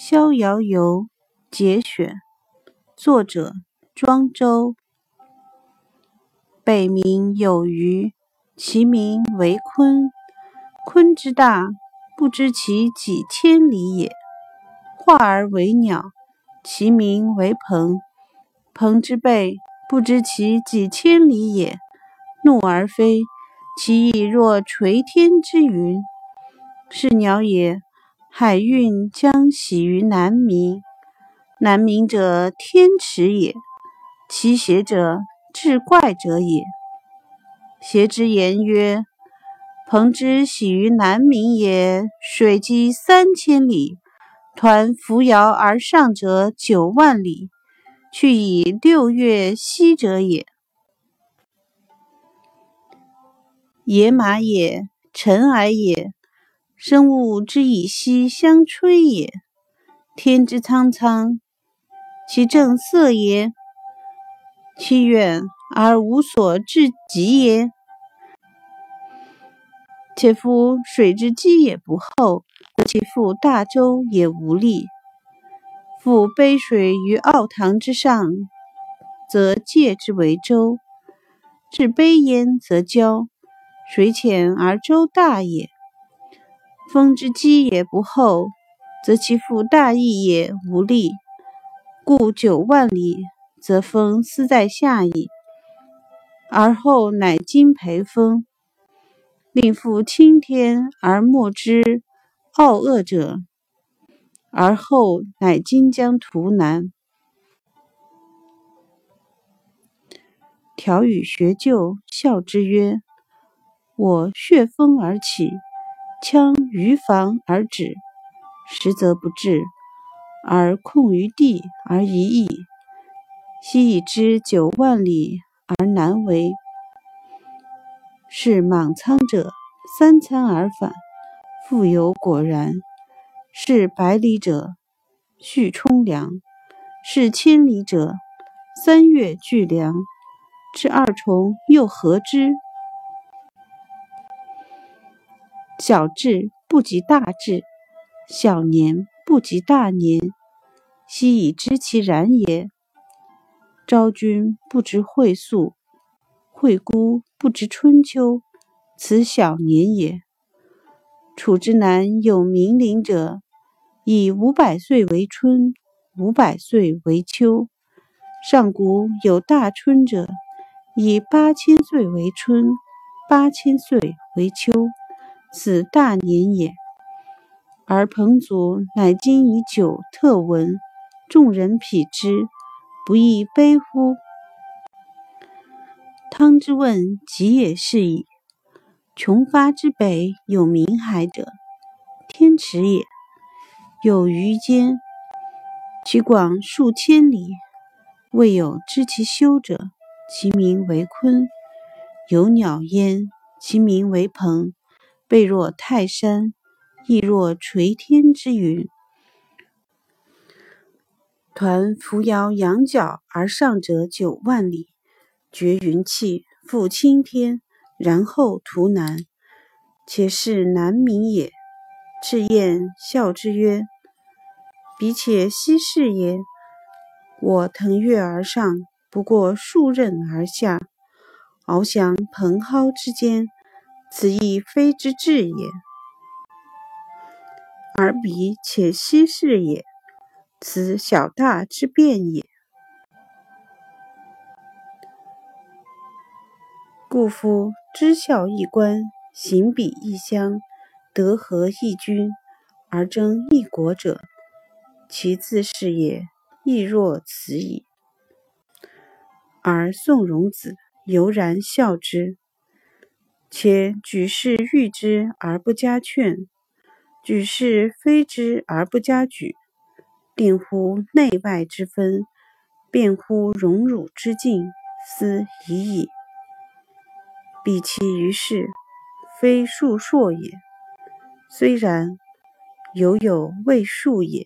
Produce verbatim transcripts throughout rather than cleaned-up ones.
逍遥游节选，作者庄周。北冥有鱼，其名为鲲。鲲之大，不知其几千里也。化而为鸟，其名为鹏。鹏之背，不知其几千里也。怒而飞，其翼若垂天之云。是鸟也，海运将徙于南冥。南冥者，天池也。其谐者，志怪者也。谐之言曰：鹏之徙于南冥也，水击三千里，抟扶摇而上者九万里，去以六月息者也。野马也，尘埃也，生物之以息相吹也。天之苍苍，其正色也；其远而无所至极也。且夫水之积也不厚，则其覆大舟也无力。夫杯水于奥堂之上，则介之为舟；置杯焉，则骄。水浅而舟大也。风之积也不厚，则其覆大翼也无力。故九万里，则风斯在下矣。而后乃今培风，令复青天而莫之傲恶者，而后乃今将图南。条与学究，笑之曰：我血风而起，羌于防而止，实则不至，而控于地而一役。昔已知九万里而难为。是莽苍者，三餐而返，复有果然。是百里者，续充粮；是千里者，三月聚粮。至二重又何之？小智不及大智，小年不及大年。昔已知其然也。昭君不知晦素，惠姑不知春秋，此小年也。楚之南有冥灵者，以五百岁为春，五百岁为秋。上古有大春者，以八千岁为春，八千岁为秋，此大年也。而彭祖乃今以久特闻，众人匹之，不亦悲乎？汤之问极也是矣。穷发之北有冥海者，天池也。有鱼间，其广数千里，未有知其修者，其名为鲲。有鸟焉，其名为鹏，背若泰山，翼若垂天之云。抟扶摇仰角而上者九万里，绝云气，覆青天，然后图南。且是南冥也。赤焰笑之曰：彼且奚是也？我腾跃而上，不过数仞而下，翱翔蓬蒿之间，此亦非之至也。而彼且奚是也？此小大之变也。故夫知孝一官，行比一乡，德合一君，而争一国者，其自是也，亦若此矣。而宋荣子犹然笑之。且举世誉之而不加劝，举世非之而不加举，定乎内外之分，辩乎荣辱之境，斯已矣。彼其于世，非数硕也。虽然，犹有未数也。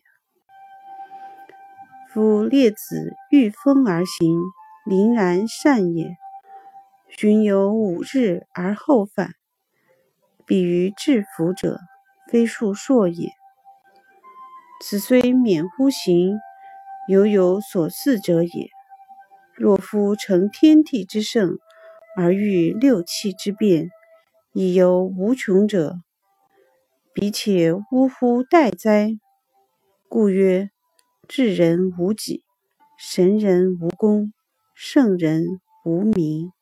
夫列子御风而行，凛然善也。巡游五日而后返，彼于至福者，非数硕也。 此虽免乎形，犹有所似者也。若夫成天地之盛，而欲六气之变，亦有无穷者，彼且呜呼待哉？故曰：智人无己，神人无功，圣人无名。